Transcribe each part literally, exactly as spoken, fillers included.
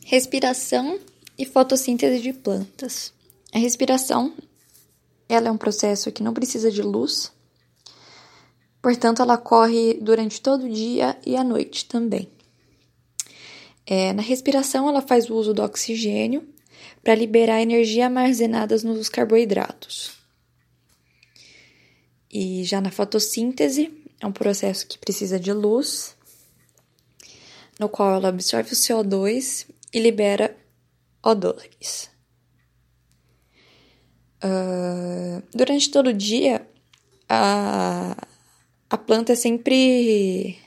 Respiração e fotossíntese de plantas. A respiração, ela é um processo que não precisa de luz, portanto, ela ocorre durante todo o dia e à noite também. É, na respiração, ela faz o uso do oxigênio para liberar energia armazenada nos carboidratos. E já na fotossíntese, é um processo que precisa de luz, no qual ela absorve o C O dois e libera O dois. Uh, durante todo o dia, a, a planta é sempre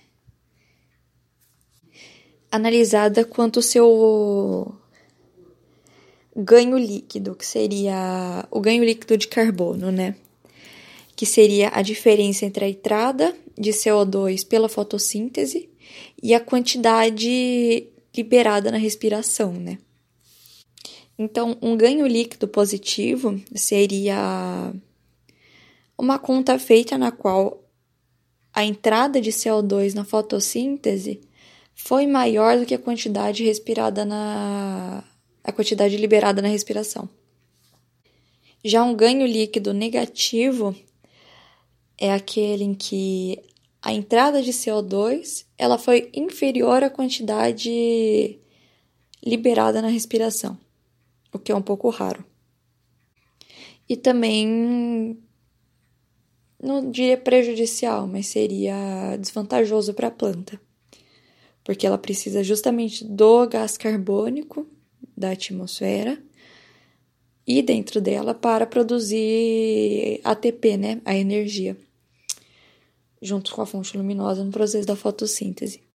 analisada quanto o seu ganho líquido, que seria o ganho líquido de carbono, né? Que seria a diferença entre a entrada de C O dois pela fotossíntese e a quantidade liberada na respiração, né? Então, um ganho líquido positivo seria uma conta feita na qual a entrada de C O dois na fotossíntese foi maior do que a quantidade respirada na a quantidade liberada na respiração. Já um ganho líquido negativo é aquele em que a entrada de C O dois ela foi inferior à quantidade liberada na respiração, o que é um pouco raro. E também, não diria prejudicial, mas seria desvantajoso para a planta, porque ela precisa justamente do gás carbônico da atmosfera e dentro dela para produzir A T P, né, a energia, junto com a fonte luminosa no processo da fotossíntese.